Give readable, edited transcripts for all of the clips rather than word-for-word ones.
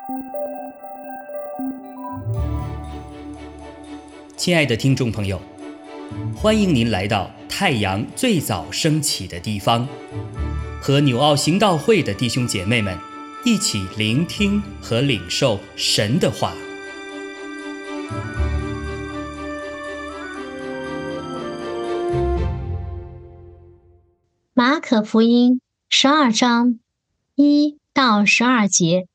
亲爱的听众朋友，欢迎您来到太阳最早升起的地方，和纽奥行道会的弟兄姐妹们一起聆听和领受神的话。 马可福音12章1到12节，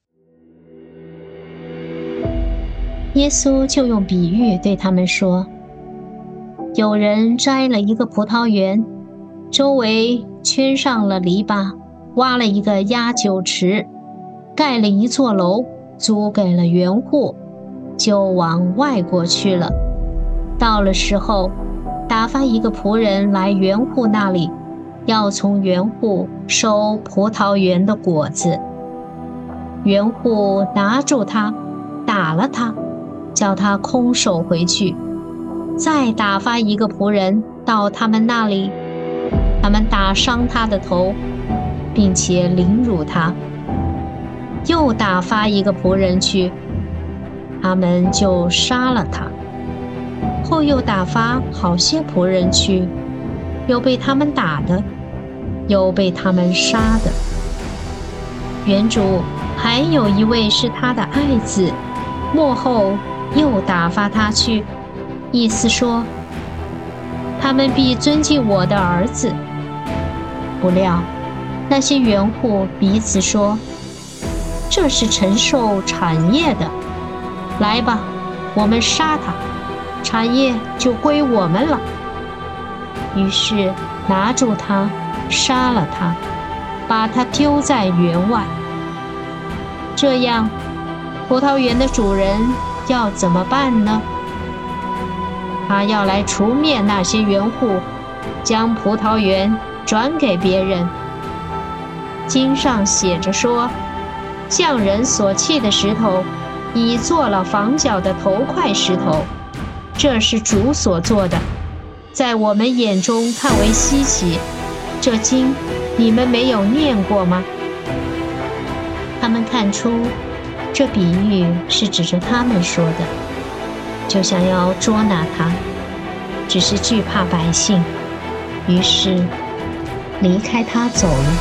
耶稣就用比喻对他们说：有人摘了一个葡萄园，周围圈上了篱笆，挖了一个压酒池，盖了一座楼，租给了园户，就往外国去了。到了时候，打发一个仆人来园户那里，要从园户收葡萄园的果子。园户拿住他，打了他，叫他空手回去。再打发一个仆人到他们那里，他们打伤他的头，并且凌辱他。又打发一个仆人去，他们就杀了他。后又打发好些仆人去，有被他们打的，有被他们杀的。园主还有一位是他的爱子，末后又打发他去，意思说，他们必尊敬我的儿子。不料那些园户彼此说，这是承受产业的，来吧，我们杀他，产业就归我们了。于是拿住他，杀了他，把他丢在园外。这样，葡萄园的主人要怎么办呢？他要来除灭那些园户，将葡萄园转给别人。经上写着说，匠人所砌的石头，已做了房角的头块石头，这是主所做的，在我们眼中看为稀奇。这经你们没有念过吗？他们看出这比喻是指着他们说的，就想要捉拿他，只是惧怕百姓，于是离开他走了。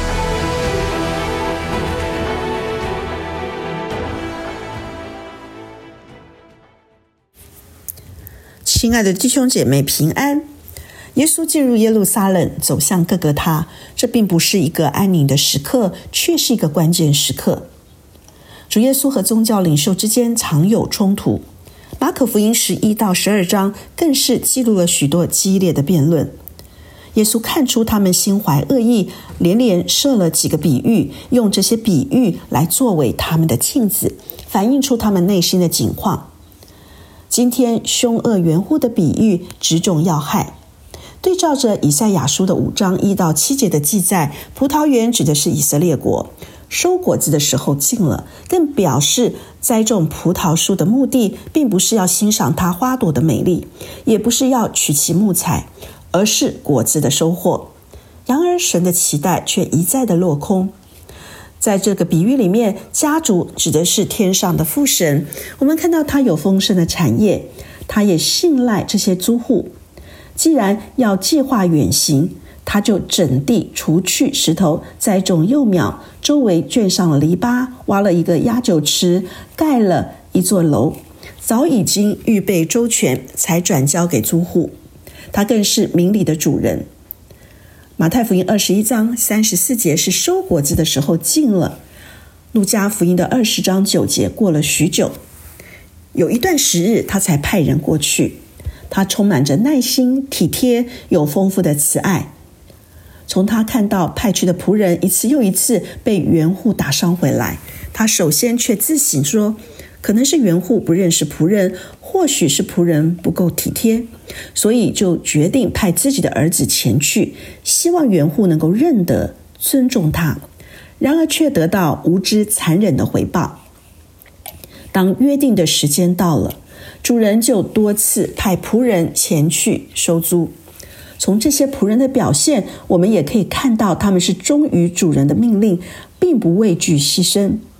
亲爱的弟兄姐妹平安。耶稣进入耶路撒冷，走向各各他，这并不是一个安宁的时刻，却是一个关键时刻。主耶稣和宗教领袖之间常有冲突，马可福音11到12章更是记录了许多激烈的辩论。耶稣看出他们心怀恶意，连连设了几个比喻，用这些比喻来作为他们的镜子，反映出他们内心的景况。今天凶恶园户的比喻直中要害，对照着以赛亚书的5章1到7节的记载，葡萄园指的是以色列国，收果子的时候近了，更表示栽种葡萄树的目的并不是要欣赏它花朵的美丽，也不是要取其木材，而是果子的收获。然而神的期待却一再的落空。在这个比喻里面，家主指的是天上的父神，我们看到他有丰盛的产业，他也信赖这些租户。既然要计划远行，他就整地除去石头，栽种幼苗，周围圈上了篱笆，挖了一个压酒池，盖了一座楼，早已经预备周全，才转交给租户。他更是明理的主人。马太福音21章34节是收果子的时候近了，路加福音的20章9节过了许久，有一段时日他才派人过去。他充满着耐心体贴，有丰富的慈爱。从他看到派去的仆人一次又一次被园户打伤回来，他首先却自省说，可能是园户不认识仆人，或许是仆人不够体贴，所以就决定派自己的儿子前去，希望园户能够认得尊重他，然而却得到无知残忍的回报。当约定的时间到了，主人就多次派仆人前去收租。从这些仆人的表现，我们也可以看到他们是忠于主人的命令，并不畏惧牺牲。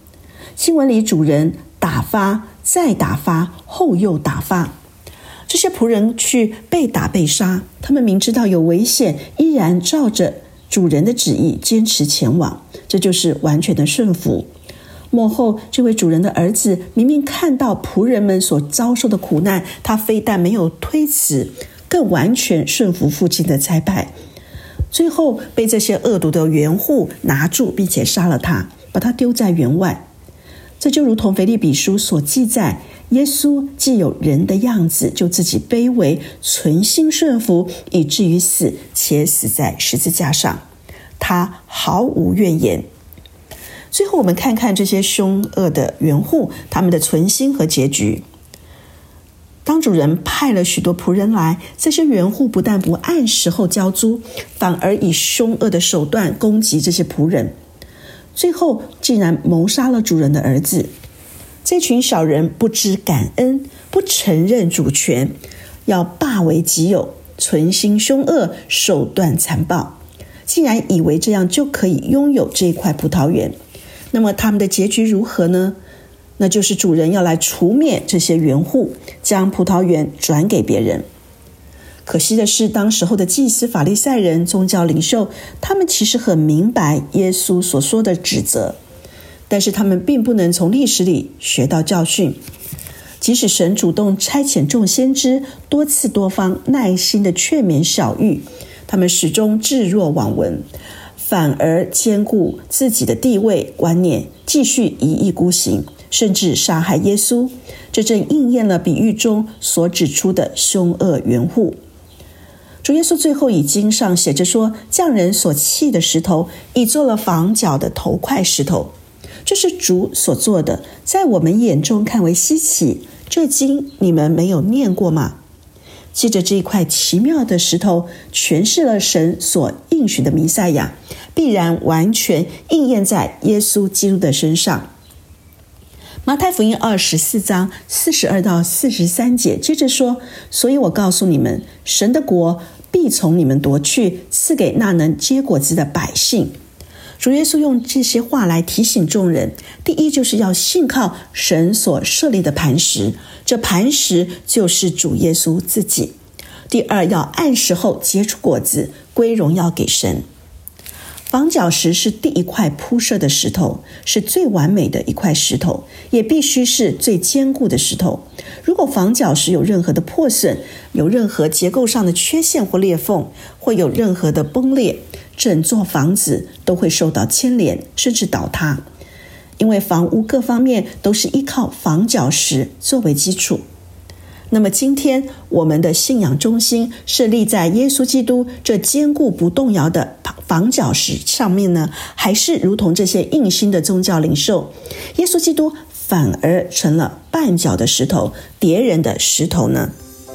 经文里主人打发，再打发，后又打发。这些仆人去被打被杀，他们明知道有危险，依然照着主人的旨意坚持前往，这就是完全的顺服。末后这位主人的儿子明明看到仆人们所遭受的苦难，他非但没有推辞，更完全顺服父亲的差派。最后被这些恶毒的园户拿住，并且杀了他，把他丢在园外。这就如同腓立比书所记载，耶稣既有人的样子，就自己卑微，存心顺服，以至于死，且死在十字架上。他毫无怨言。最后我们看看这些凶恶的园户，他们的存心和结局。当主人派了许多仆人来，这些园户不但不按时候交租，反而以凶恶的手段攻击这些仆人，最后竟然谋杀了主人的儿子。这群小人不知感恩，不承认主权，要霸为己有，存心凶恶，手段残暴，竟然以为这样就可以拥有这一块葡萄园。那么他们的结局如何呢？那就是主人要来除灭这些园户，将葡萄园转给别人。可惜的是，当时候的祭司、法利赛人、宗教领袖，他们其实很明白耶稣所说的指责，但是他们并不能从历史里学到教训。即使神主动差遣众先知，多次多方耐心的劝勉小玉，他们始终置若罔闻，反而兼顾自己的地位观念，继续一意孤行，甚至杀害耶稣。这正应验了比喻中所指出的凶恶园户。主耶稣最后以经上写着说，匠人所弃的石头，已做了房角的头块石头。这是主所做的，在我们眼中看为稀奇，这经你们没有念过吗？借着这一块奇妙的石头，诠释了神所应许的弥赛亚，必然完全应验在耶稣基督的身上。马太福音24章42到43节接着说，所以我告诉你们，神的国必从你们夺去，赐给那能结果子的百姓。主耶稣用这些话来提醒众人，第一就是要信靠神所设立的磐石，这磐石就是主耶稣自己。第二，要按时候结出果子，归荣耀给神。房角石是第一块铺设的石头，是最完美的一块石头，也必须是最坚固的石头。如果房角石有任何的破损，有任何结构上的缺陷或裂缝，会有任何的崩裂，整座房子都会受到牵连，甚至倒塌。因为房屋各方面都是依靠房角石作为基础。那么今天我们的信仰中心是立在耶稣基督这坚固不动摇的房角石上面呢，还是如同这些硬心的宗教领袖，耶稣基督反而成了绊脚的石头，跌人的石头呢？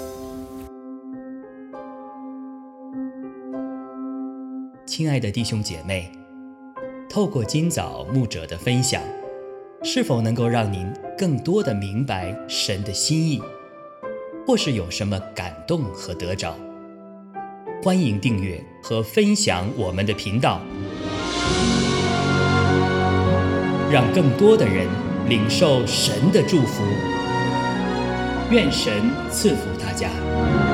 亲爱的弟兄姐妹，透过今早牧者的分享，是否能够让您更多的明白神的心意，或是有什么感动和得着？欢迎订阅和分享我们的频道，让更多的人领受神的祝福。愿神赐福大家。